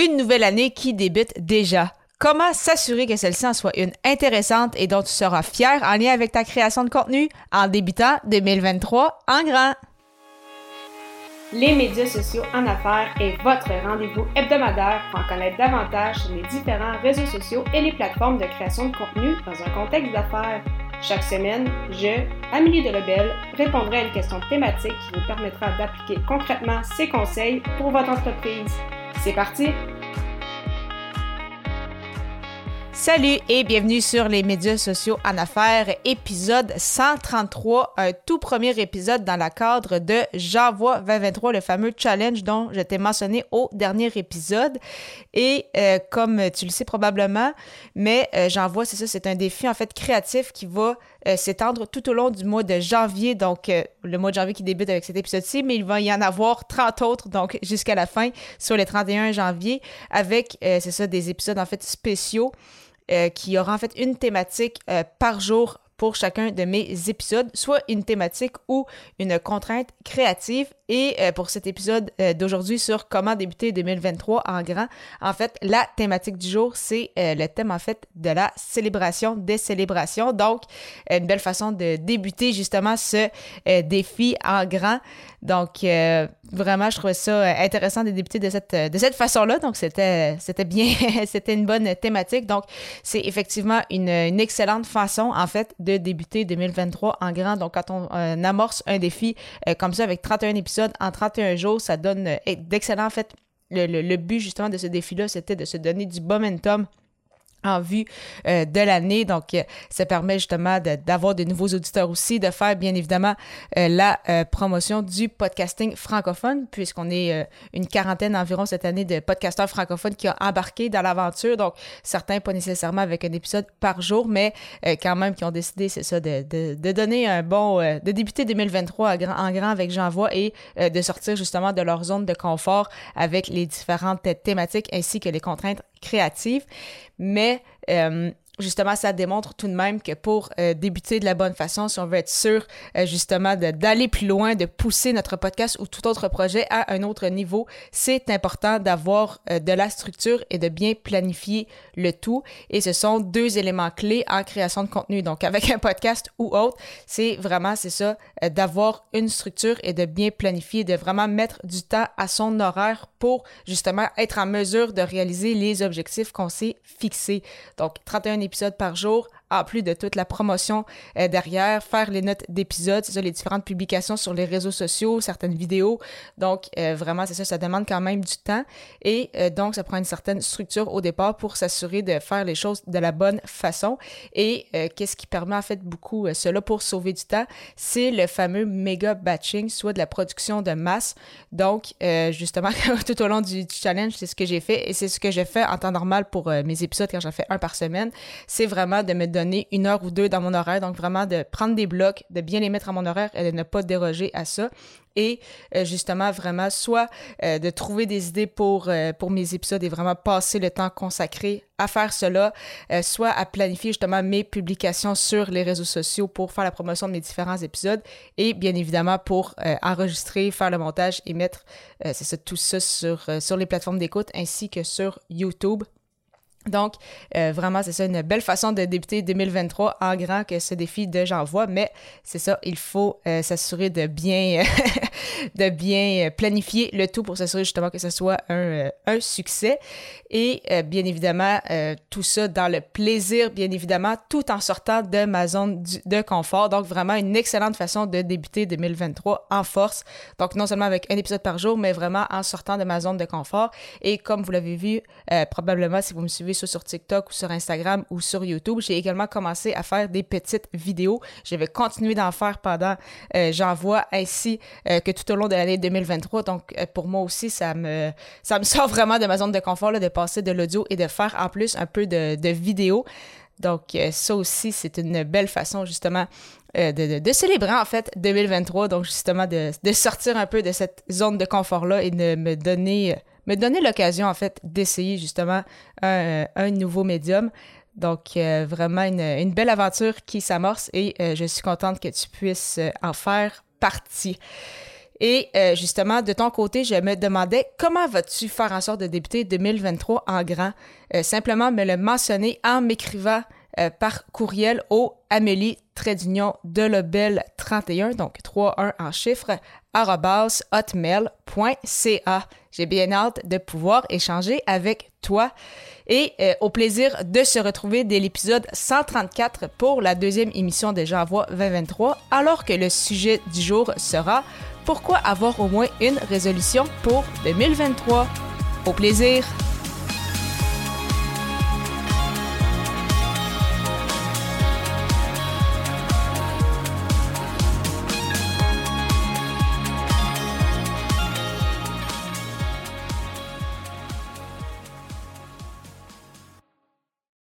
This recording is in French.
Une nouvelle année qui débute déjà. Comment s'assurer que celle-ci en soit une intéressante et dont tu seras fier en lien avec ta création de contenu en débutant 2023 en grand? Les médias sociaux en affaires est votre rendez-vous hebdomadaire pour en connaître davantage sur les différents réseaux sociaux et les plateformes de création de contenu dans un contexte d'affaires. Chaque semaine, je, Amélie Delobel, répondrai à une question thématique qui vous permettra d'appliquer concrètement ces conseils pour votre entreprise. C'est parti! Salut et bienvenue sur les médias sociaux en affaires, épisode 133, un tout premier épisode dans le cadre de J'envoie 2023, le fameux challenge dont je t'ai mentionné au dernier épisode. Et comme tu le sais probablement, mais J'envoie, c'est ça, c'est un défi en fait créatif qui va s'étendre tout au long du mois de janvier, donc le mois de janvier qui débute avec cet épisode-ci, mais il va y en avoir 30 autres, donc jusqu'à la fin, sur le 31 janvier, avec, c'est ça, des épisodes en fait spéciaux qui aura en fait une thématique par jour pour chacun de mes épisodes, soit une thématique ou une contrainte créative. Et pour cet épisode d'aujourd'hui sur comment débuter 2023 en grand, en fait, la thématique du jour, c'est le thème en fait de la célébration des célébrations. Donc, une belle façon de débuter justement ce défi en grand. Donc, vraiment, je trouvais ça intéressant de débuter de cette façon-là. Donc, c'était bien, c'était une bonne thématique. Donc, c'est effectivement une excellente façon, en fait, de débuter 2023 en grand. Donc, quand on amorce un défi comme ça avec 31 épisodes en 31 jours, ça donne d'excellents, en fait, le but justement de ce défi-là, c'était de se donner du momentum en vue de l'année. Donc, ça permet justement d'avoir de nouveaux auditeurs aussi, de faire bien évidemment la promotion du podcasting francophone, puisqu'on est une quarantaine environ cette année de podcasteurs francophones qui ont embarqué dans l'aventure. Donc, certains pas nécessairement avec un épisode par jour, mais quand même qui ont décidé, c'est ça, de donner un bon, de débuter 2023 en grand avec J'envoie et de sortir justement de leur zone de confort avec les différentes thématiques ainsi que les contraintes créatives. Mais justement, ça démontre tout de même que pour débuter de la bonne façon, si on veut être sûr justement d'aller plus loin, de pousser notre podcast ou tout autre projet à un autre niveau, c'est important d'avoir de la structure et de bien planifier le tout. Et ce sont deux éléments clés en création de contenu. Donc, avec un podcast ou autre, c'est ça, d'avoir une structure et de bien planifier, de vraiment mettre du temps à son horaire pour justement être en mesure de réaliser les objectifs qu'on s'est fixés. Donc, 31 épisodes par jour, en plus de toute la promotion derrière, faire les notes d'épisodes, c'est ça, les différentes publications sur les réseaux sociaux, certaines vidéos. Donc, vraiment, c'est ça, ça demande quand même du temps. Et donc, ça prend une certaine structure au départ pour s'assurer de faire les choses de la bonne façon. Et qu'est-ce qui permet en fait beaucoup cela pour sauver du temps? C'est le fameux méga batching, soit de la production de masse. Donc, justement, tout au long du challenge, c'est ce que j'ai fait et c'est ce que je fais en temps normal pour mes épisodes quand j'en fais un par semaine. C'est vraiment de me donner 1 heure ou 2 dans mon horaire, donc vraiment de prendre des blocs, de bien les mettre à mon horaire et de ne pas déroger à ça. Et justement, vraiment, soit de trouver des idées pour mes épisodes et vraiment passer le temps consacré à faire cela, soit à planifier justement mes publications sur les réseaux sociaux pour faire la promotion de mes différents épisodes et bien évidemment pour enregistrer, faire le montage et mettre tout ça sur les plateformes d'écoute ainsi que sur YouTube. Donc, vraiment, c'est ça, une belle façon de débuter 2023 en grand que ce défi de J'envoie, mais c'est ça, il faut s'assurer de bien planifier le tout pour s'assurer justement que ce soit un succès. Et bien évidemment, tout ça dans le plaisir, bien évidemment, tout en sortant de ma zone de confort. Donc, vraiment une excellente façon de débuter 2023 en force. Donc, non seulement avec un épisode par jour, mais vraiment en sortant de ma zone de confort. Et comme vous l'avez vu, probablement, si vous me suivez soit sur TikTok ou sur Instagram ou sur YouTube, j'ai également commencé à faire des petites vidéos. Je vais continuer d'en faire pendant J'envoie ainsi que tout au long de l'année 2023. Donc, pour moi aussi, ça me sort vraiment de ma zone de confort là, de passer de l'audio et de faire en plus un peu de vidéos. Donc, ça aussi, c'est une belle façon justement de célébrer en fait 2023. Donc, justement, de sortir un peu de cette zone de confort-là et de me donner l'occasion, en fait, d'essayer justement un nouveau médium. Donc, vraiment une belle aventure qui s'amorce et je suis contente que tu puisses en faire partie. Et justement, de ton côté, je me demandais comment vas-tu faire en sorte de débuter 2023 en grand? Simplement me le mentionner en m'écrivant par courriel au Amélie-Delobel31, donc 31 en chiffres, @hotmail.ca. J'ai bien hâte de pouvoir échanger avec toi et au plaisir de se retrouver dès l'épisode 134 pour la deuxième émission de J'envoie 2023, alors que le sujet du jour sera « Pourquoi avoir au moins une résolution pour 2023 ?» Au plaisir!